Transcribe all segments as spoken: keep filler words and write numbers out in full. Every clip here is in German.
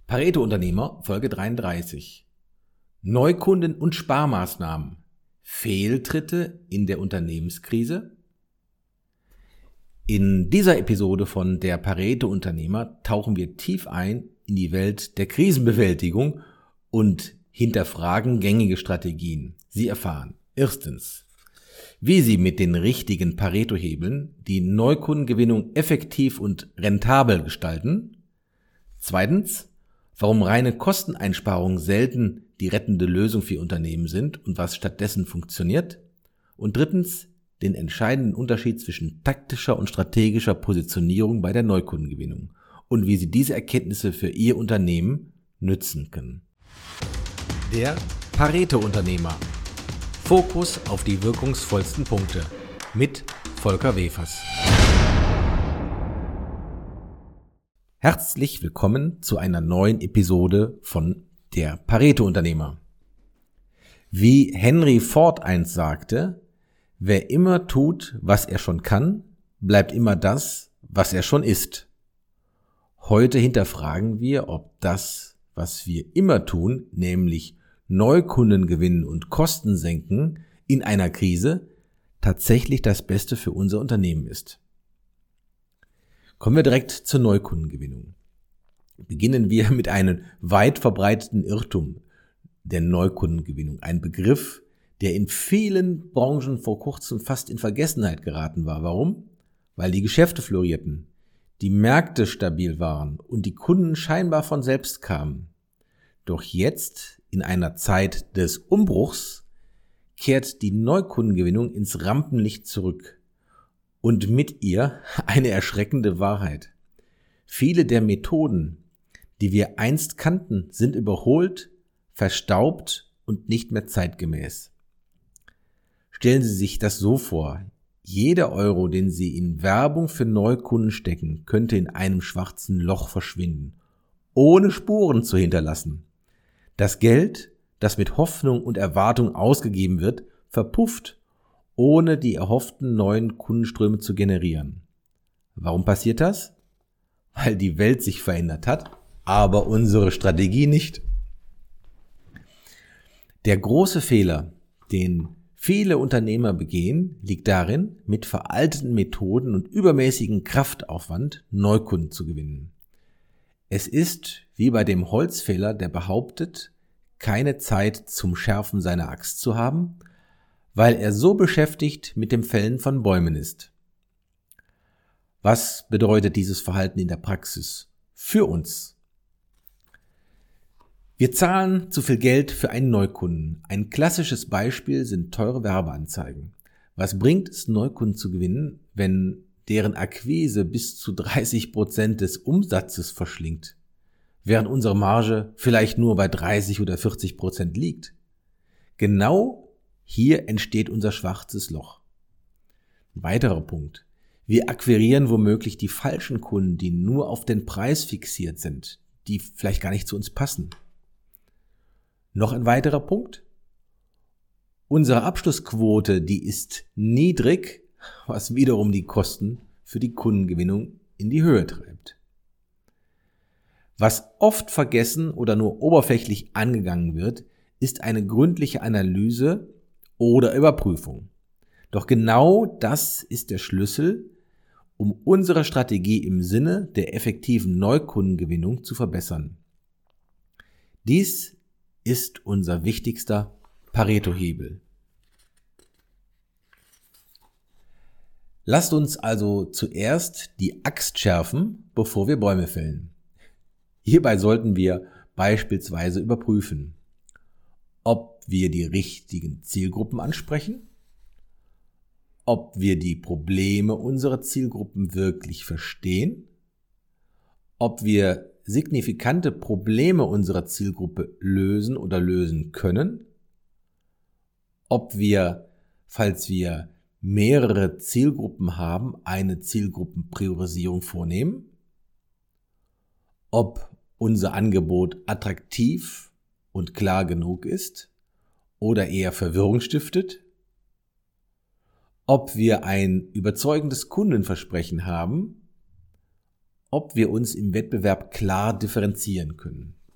Pareto-Unternehmer, Folge dreiunddreißig. Neukunden und Sparmaßnahmen. Fehltritte in der Unternehmenskrise? In dieser Episode von der Pareto-Unternehmer tauchen wir tief ein in die Welt der Krisenbewältigung und hinterfragen gängige Strategien. Sie erfahren erstens, wie Sie mit den richtigen Pareto-Hebeln die Neukundengewinnung effektiv und rentabel gestalten. Zweitens, warum reine Kosteneinsparungen selten die rettende Lösung für Unternehmen sind und was stattdessen funktioniert. Und drittens, den entscheidenden Unterschied zwischen taktischer und strategischer Positionierung bei der Neukundengewinnung und wie Sie diese Erkenntnisse für Ihr Unternehmen nützen können. Der Pareto-Unternehmer. Fokus auf die wirkungsvollsten Punkte mit Volker Wefers. Herzlich willkommen zu einer neuen Episode von der Pareto-Unternehmer. Wie Henry Ford einst sagte, wer immer tut, was er schon kann, bleibt immer das, was er schon ist. Heute hinterfragen wir, ob das, was wir immer tun, nämlich Neukunden gewinnen und Kosten senken in einer Krise, tatsächlich das Beste für unser Unternehmen ist. Kommen wir direkt zur Neukundengewinnung. Beginnen wir mit einem weit verbreiteten Irrtum der Neukundengewinnung. Ein Begriff, der in vielen Branchen vor kurzem fast in Vergessenheit geraten war. Warum? Weil die Geschäfte florierten, die Märkte stabil waren und die Kunden scheinbar von selbst kamen. Doch jetzt, in einer Zeit des Umbruchs, kehrt die Neukundengewinnung ins Rampenlicht zurück. Und mit ihr eine erschreckende Wahrheit. Viele der Methoden, die wir einst kannten, sind überholt, verstaubt und nicht mehr zeitgemäß. Stellen Sie sich das so vor, jeder Euro, den Sie in Werbung für Neukunden stecken, könnte in einem schwarzen Loch verschwinden, ohne Spuren zu hinterlassen. Das Geld, das mit Hoffnung und Erwartung ausgegeben wird, verpufft, ohne die erhofften neuen Kundenströme zu generieren. Warum passiert das? Weil die Welt sich verändert hat, aber unsere Strategie nicht. Der große Fehler, den viele Unternehmer begehen, liegt darin, mit veralteten Methoden und übermäßigem Kraftaufwand Neukunden zu gewinnen. Es ist wie bei dem Holzfäller, der behauptet, keine Zeit zum Schärfen seiner Axt zu haben, weil er so beschäftigt mit dem Fällen von Bäumen ist. Was bedeutet dieses Verhalten in der Praxis für uns? Wir zahlen zu viel Geld für einen Neukunden. Ein klassisches Beispiel sind teure Werbeanzeigen. Was bringt es, Neukunden zu gewinnen, wenn deren Akquise bis zu dreißig Prozent des Umsatzes verschlingt, während unsere Marge vielleicht nur bei dreißig oder vierzig Prozent liegt? Genau hier entsteht unser schwarzes Loch. Ein weiterer Punkt. Wir akquirieren womöglich die falschen Kunden, die nur auf den Preis fixiert sind, die vielleicht gar nicht zu uns passen. Noch ein weiterer Punkt. Unsere Abschlussquote, die ist niedrig, was wiederum die Kosten für die Kundengewinnung in die Höhe treibt. Was oft vergessen oder nur oberflächlich angegangen wird, ist eine gründliche Analyse oder Überprüfung. Doch genau das ist der Schlüssel, um unsere Strategie im Sinne der effektiven Neukundengewinnung zu verbessern. Dies ist unser wichtigster Pareto-Hebel. Lasst uns also zuerst die Axt schärfen, bevor wir Bäume fällen. Hierbei sollten wir beispielsweise überprüfen, ob wir die richtigen Zielgruppen ansprechen, ob wir die Probleme unserer Zielgruppen wirklich verstehen, ob wir signifikante Probleme unserer Zielgruppe lösen oder lösen können, ob wir, falls wir mehrere Zielgruppen haben, eine Zielgruppenpriorisierung vornehmen, ob unser Angebot attraktiv und klar genug ist oder eher Verwirrung stiftet, ob wir ein überzeugendes Kundenversprechen haben, ob wir uns im Wettbewerb klar differenzieren können.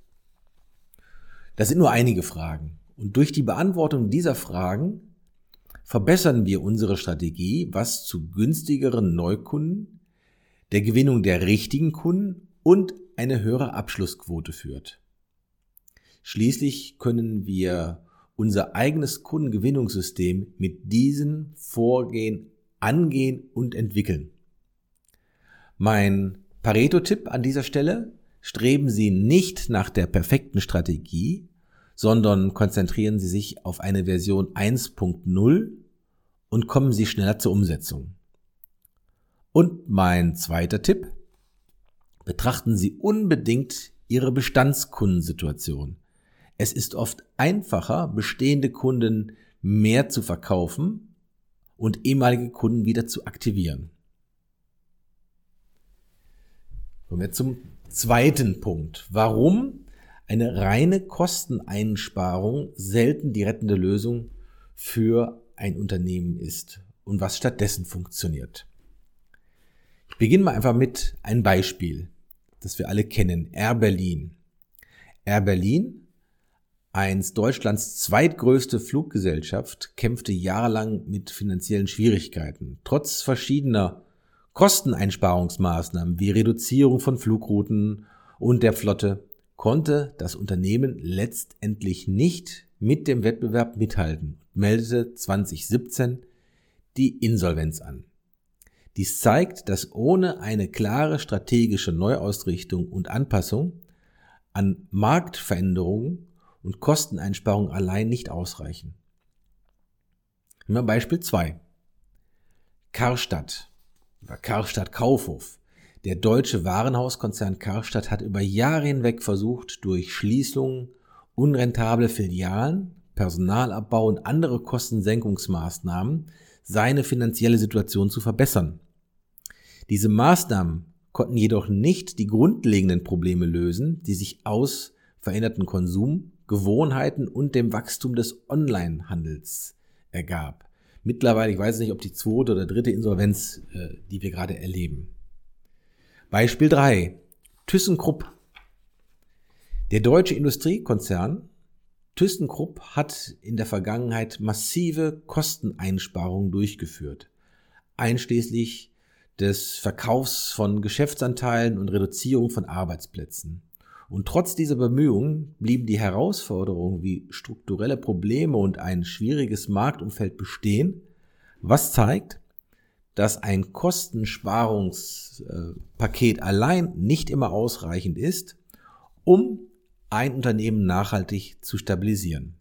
Das sind nur einige Fragen. Und durch die Beantwortung dieser Fragen verbessern wir unsere Strategie, was zu günstigeren Neukunden, der Gewinnung der richtigen Kunden und eine höhere Abschlussquote führt. Schließlich können wir unser eigenes Kundengewinnungssystem mit diesen Vorgehen angehen und entwickeln. Mein Pareto-Tipp an dieser Stelle: Streben Sie nicht nach der perfekten Strategie, sondern konzentrieren Sie sich auf eine Version eins Punkt null und kommen Sie schneller zur Umsetzung. Und mein zweiter Tipp: Betrachten Sie unbedingt Ihre Bestandskundensituation. Es ist oft einfacher, bestehende Kunden mehr zu verkaufen und ehemalige Kunden wieder zu aktivieren. Kommen wir zum zweiten Punkt. Warum eine reine Kosteneinsparung selten die rettende Lösung für ein Unternehmen ist und was stattdessen funktioniert. Ich beginne mal einfach mit einem Beispiel, das wir alle kennen: Air Berlin. Air Berlin, einst Deutschlands zweitgrößte Fluggesellschaft, kämpfte jahrelang mit finanziellen Schwierigkeiten. Trotz verschiedener Kosteneinsparungsmaßnahmen wie Reduzierung von Flugrouten und der Flotte konnte das Unternehmen letztendlich nicht mit dem Wettbewerb mithalten und meldete zwanzig siebzehn die Insolvenz an. Dies zeigt, dass ohne eine klare strategische Neuausrichtung und Anpassung an Marktveränderungen und Kosteneinsparungen allein nicht ausreichen. Nehmen wir Beispiel zwei. Karstadt oder Karstadt Kaufhof. Der deutsche Warenhauskonzern Karstadt hat über Jahre hinweg versucht, durch Schließungen, unrentable Filialen, Personalabbau und andere Kostensenkungsmaßnahmen seine finanzielle Situation zu verbessern. Diese Maßnahmen konnten jedoch nicht die grundlegenden Probleme lösen, die sich aus veränderten Konsumgewohnheiten und dem Wachstum des Onlinehandels ergab. Mittlerweile, ich weiß nicht, ob die zweite oder dritte Insolvenz, äh, die wir gerade erleben. Beispiel drei. ThyssenKrupp. Der deutsche Industriekonzern ThyssenKrupp hat in der Vergangenheit massive Kosteneinsparungen durchgeführt, einschließlich des Verkaufs von Geschäftsanteilen und Reduzierung von Arbeitsplätzen. Und trotz dieser Bemühungen blieben die Herausforderungen wie strukturelle Probleme und ein schwieriges Marktumfeld bestehen, was zeigt, dass ein Kostensparungspaket allein nicht immer ausreichend ist, um ein Unternehmen nachhaltig zu stabilisieren.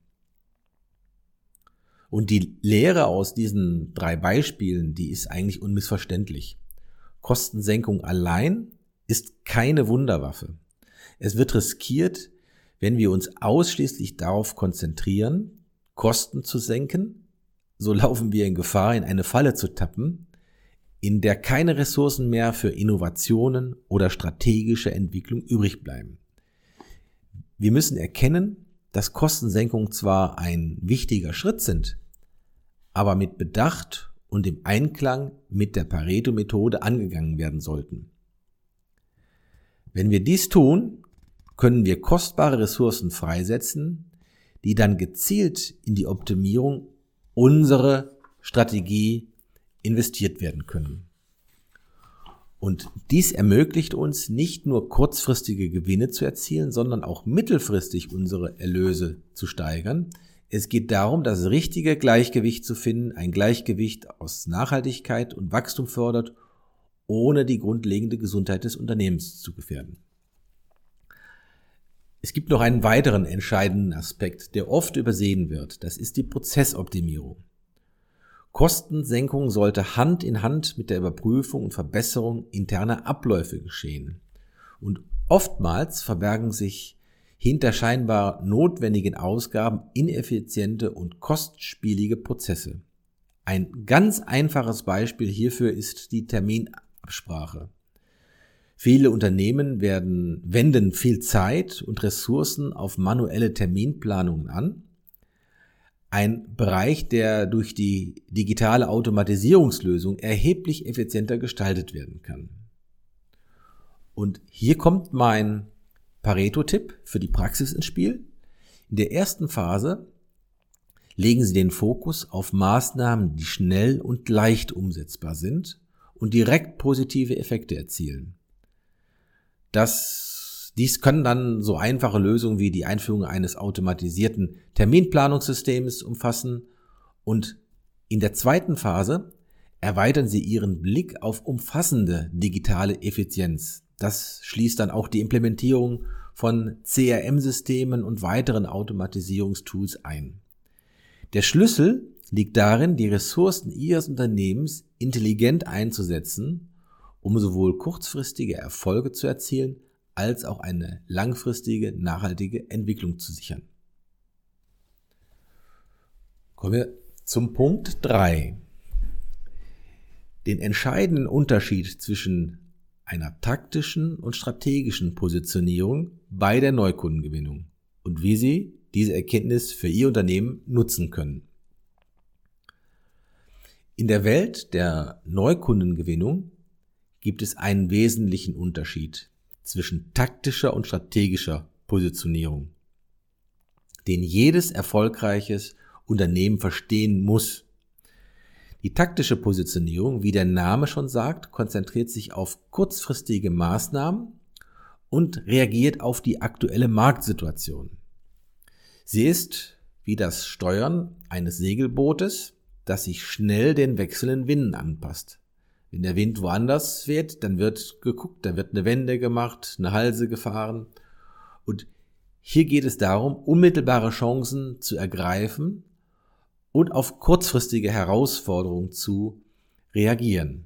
Und die Lehre aus diesen drei Beispielen, die ist eigentlich unmissverständlich. Kostensenkung allein ist keine Wunderwaffe. Es wird riskiert, wenn wir uns ausschließlich darauf konzentrieren, Kosten zu senken, so laufen wir in Gefahr, in eine Falle zu tappen, in der keine Ressourcen mehr für Innovationen oder strategische Entwicklung übrig bleiben. Wir müssen erkennen, dass Kostensenkungen zwar ein wichtiger Schritt sind, aber mit Bedacht und im Einklang mit der Pareto-Methode angegangen werden sollten. Wenn wir dies tun, können wir kostbare Ressourcen freisetzen, die dann gezielt in die Optimierung unserer Strategie investiert werden können. Und dies ermöglicht uns nicht nur kurzfristige Gewinne zu erzielen, sondern auch mittelfristig unsere Erlöse zu steigern. Es geht darum, das richtige Gleichgewicht zu finden, ein Gleichgewicht aus Nachhaltigkeit und Wachstum fördert, ohne die grundlegende Gesundheit des Unternehmens zu gefährden. Es gibt noch einen weiteren entscheidenden Aspekt, der oft übersehen wird. Das ist die Prozessoptimierung. Kostensenkung sollte Hand in Hand mit der Überprüfung und Verbesserung interner Abläufe geschehen. Und oftmals verbergen sich hinter scheinbar notwendigen Ausgaben ineffiziente und kostspielige Prozesse. Ein ganz einfaches Beispiel hierfür ist die Terminabsprache. Viele Unternehmen werden, wenden viel Zeit und Ressourcen auf manuelle Terminplanungen an. Ein Bereich, der durch die digitale Automatisierungslösung erheblich effizienter gestaltet werden kann. Und hier kommt mein Pareto-Tipp für die Praxis ins Spiel. In der ersten Phase legen Sie den Fokus auf Maßnahmen, die schnell und leicht umsetzbar sind und direkt positive Effekte erzielen. Das, dies können dann so einfache Lösungen wie die Einführung eines automatisierten Terminplanungssystems umfassen, und in der zweiten Phase erweitern Sie Ihren Blick auf umfassende digitale Effizienz. Das schließt dann auch die Implementierung von C R M-Systemen und weiteren Automatisierungstools ein. Der Schlüssel liegt darin, die Ressourcen Ihres Unternehmens intelligent einzusetzen, um sowohl kurzfristige Erfolge zu erzielen, als auch eine langfristige, nachhaltige Entwicklung zu sichern. Kommen wir zum Punkt drei. Den entscheidenden Unterschied zwischen einer taktischen und strategischen Positionierung bei der Neukundengewinnung und wie Sie diese Erkenntnis für Ihr Unternehmen nutzen können. In der Welt der Neukundengewinnung gibt es einen wesentlichen Unterschied zwischen taktischer und strategischer Positionierung, den jedes erfolgreiches Unternehmen verstehen muss. Die taktische Positionierung, wie der Name schon sagt, konzentriert sich auf kurzfristige Maßnahmen und reagiert auf die aktuelle Marktsituation. Sie ist wie das Steuern eines Segelbootes, das sich schnell den wechselnden Winden anpasst. Wenn der Wind woanders weht, dann wird geguckt, dann wird eine Wende gemacht, eine Halse gefahren. Und hier geht es darum, unmittelbare Chancen zu ergreifen und auf kurzfristige Herausforderungen zu reagieren.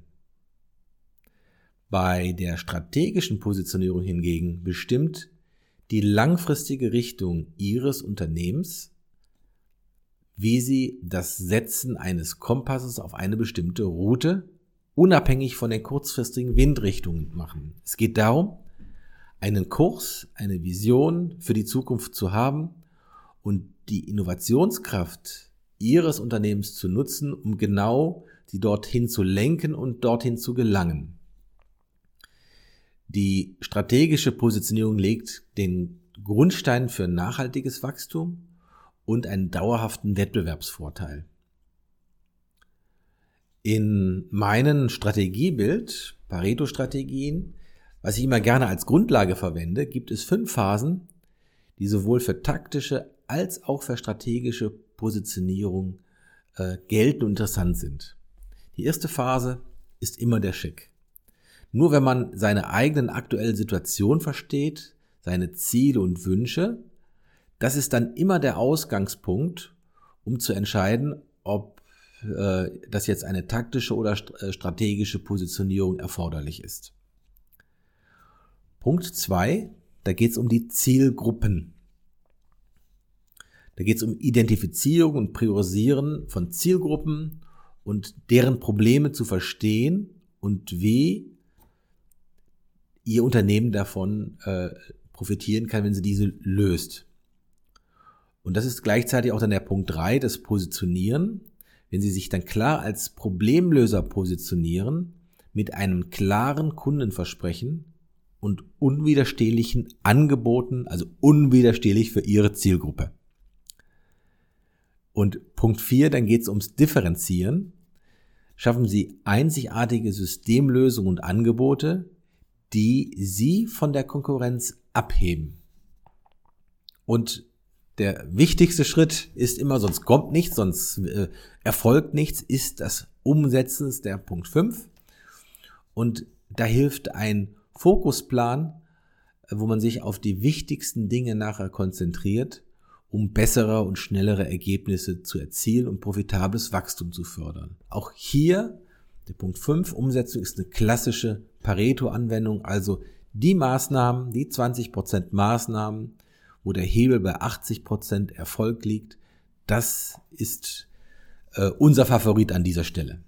Bei der strategischen Positionierung hingegen bestimmt die langfristige Richtung Ihres Unternehmens, wie Sie das Setzen eines Kompasses auf eine bestimmte Route unabhängig von den kurzfristigen Windrichtungen machen. Es geht darum, einen Kurs, eine Vision für die Zukunft zu haben und die Innovationskraft Ihres Unternehmens zu nutzen, um genau sie dorthin zu lenken und dorthin zu gelangen. Die strategische Positionierung legt den Grundstein für nachhaltiges Wachstum und einen dauerhaften Wettbewerbsvorteil. In meinem Strategiebild, Pareto-Strategien, was ich immer gerne als Grundlage verwende, gibt es fünf Phasen, die sowohl für taktische als auch für strategische Positionierung äh, gelten und interessant sind. Die erste Phase ist immer der Schick. Nur wenn man seine eigenen aktuellen Situation versteht, seine Ziele und Wünsche, das ist dann immer der Ausgangspunkt, um zu entscheiden, ob äh, das jetzt eine taktische oder st- strategische Positionierung erforderlich ist. Punkt zwei, da geht es um die Zielgruppen. Da geht es um Identifizierung und Priorisieren von Zielgruppen und deren Probleme zu verstehen und wie Ihr Unternehmen davon äh, profitieren kann, wenn sie diese löst. Und das ist gleichzeitig auch dann der Punkt drei, das Positionieren. Wenn Sie sich dann klar als Problemlöser positionieren, mit einem klaren Kundenversprechen und unwiderstehlichen Angeboten, also unwiderstehlich für Ihre Zielgruppe. Und Punkt vier, dann geht es ums Differenzieren. Schaffen Sie einzigartige Systemlösungen und Angebote, die Sie von der Konkurrenz abheben. Und der wichtigste Schritt ist immer, sonst kommt nichts, sonst äh, erfolgt nichts, ist das Umsetzen, ist der Punkt fünf. Und da hilft ein Fokusplan, wo man sich auf die wichtigsten Dinge nachher konzentriert, um bessere und schnellere Ergebnisse zu erzielen und profitables Wachstum zu fördern. Auch hier, der Punkt fünf, Umsetzung ist eine klassische Pareto-Anwendung, also die Maßnahmen, die zwanzig Prozent Maßnahmen, wo der Hebel bei achtzig Prozent Erfolg liegt, das ist äh, unser Favorit an dieser Stelle.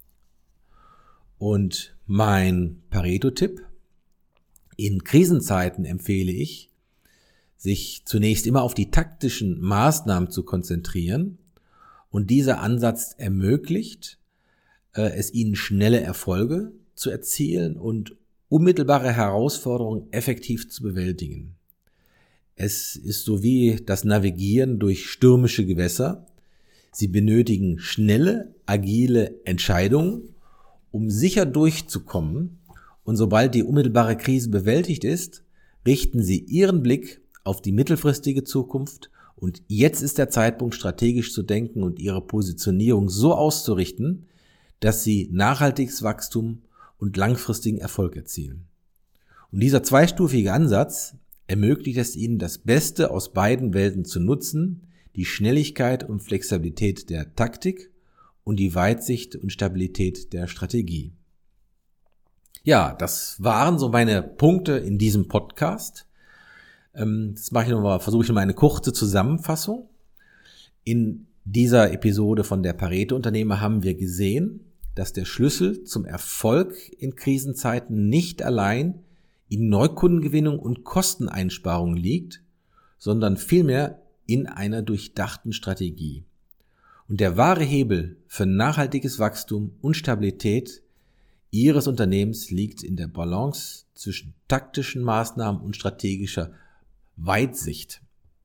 Und mein Pareto-Tipp: In Krisenzeiten empfehle ich, sich zunächst immer auf die taktischen Maßnahmen zu konzentrieren, und dieser Ansatz ermöglicht äh, es Ihnen, schnelle Erfolge zu erzielen und unmittelbare Herausforderungen effektiv zu bewältigen. Es ist so wie das Navigieren durch stürmische Gewässer. Sie benötigen schnelle, agile Entscheidungen, um sicher durchzukommen. Und sobald die unmittelbare Krise bewältigt ist, richten Sie Ihren Blick auf die mittelfristige Zukunft. Und jetzt ist der Zeitpunkt, strategisch zu denken und Ihre Positionierung so auszurichten, dass Sie nachhaltiges Wachstum und langfristigen Erfolg erzielen. Und dieser zweistufige Ansatz ermöglicht es Ihnen, das Beste aus beiden Welten zu nutzen, die Schnelligkeit und Flexibilität der Taktik und die Weitsicht und Stabilität der Strategie. Ja, das waren so meine Punkte in diesem Podcast. Das mache ich nochmal, versuche ich nochmal eine kurze Zusammenfassung. In dieser Episode von der Pareto-Unternehmer haben wir gesehen, dass der Schlüssel zum Erfolg in Krisenzeiten nicht allein in Neukundengewinnung und Kosteneinsparung liegt, sondern vielmehr in einer durchdachten Strategie. Und der wahre Hebel für nachhaltiges Wachstum und Stabilität Ihres Unternehmens liegt in der Balance zwischen taktischen Maßnahmen und strategischer Weitsicht.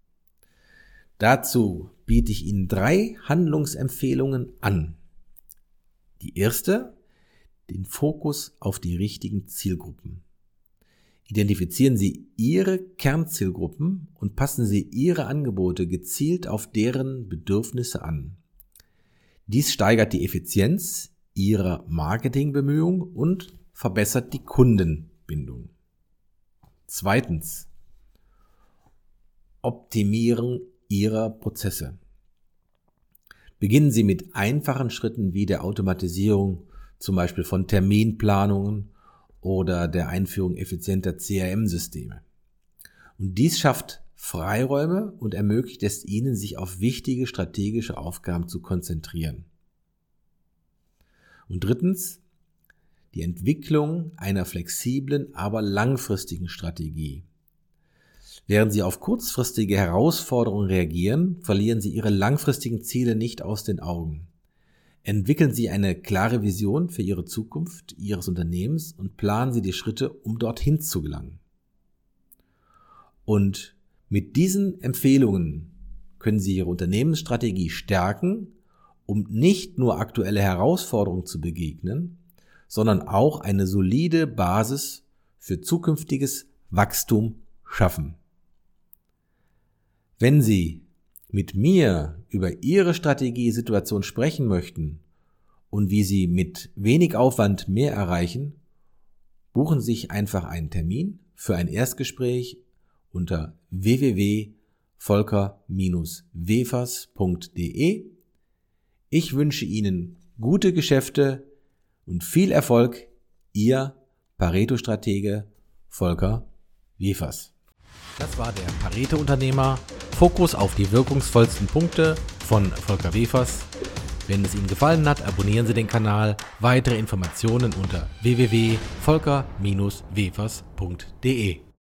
Dazu biete ich Ihnen drei Handlungsempfehlungen an. Die erste, den Fokus auf die richtigen Zielgruppen. Identifizieren Sie Ihre Kernzielgruppen und passen Sie Ihre Angebote gezielt auf deren Bedürfnisse an. Dies steigert die Effizienz Ihrer Marketingbemühungen und verbessert die Kundenbindung. Zweitens, Optimieren Ihrer Prozesse. Beginnen Sie mit einfachen Schritten wie der Automatisierung, zum Beispiel von Terminplanungen oder der Einführung effizienter C R M-Systeme. Und dies schafft Freiräume und ermöglicht es Ihnen, sich auf wichtige strategische Aufgaben zu konzentrieren. Und drittens, die Entwicklung einer flexiblen, aber langfristigen Strategie. Während Sie auf kurzfristige Herausforderungen reagieren, verlieren Sie Ihre langfristigen Ziele nicht aus den Augen. Entwickeln Sie eine klare Vision für Ihre Zukunft Ihres Unternehmens und planen Sie die Schritte, um dorthin zu gelangen. Und mit diesen Empfehlungen können Sie Ihre Unternehmensstrategie stärken, um nicht nur aktuelle Herausforderungen zu begegnen, sondern auch eine solide Basis für zukünftiges Wachstum schaffen. Wenn Sie mit mir über Ihre Strategiesituation sprechen möchten und wie Sie mit wenig Aufwand mehr erreichen, buchen Sie sich einfach einen Termin für ein Erstgespräch unter w w w punkt volker Bindestrich wefers punkt de. Ich wünsche Ihnen gute Geschäfte und viel Erfolg, Ihr Pareto-Stratege Volker Wefers. Das war der Pareto-Unternehmer, Fokus auf die wirkungsvollsten Punkte von Volker Wefers. Wenn es Ihnen gefallen hat, abonnieren Sie den Kanal. Weitere Informationen unter w w w punkt volker Bindestrich wefers punkt de.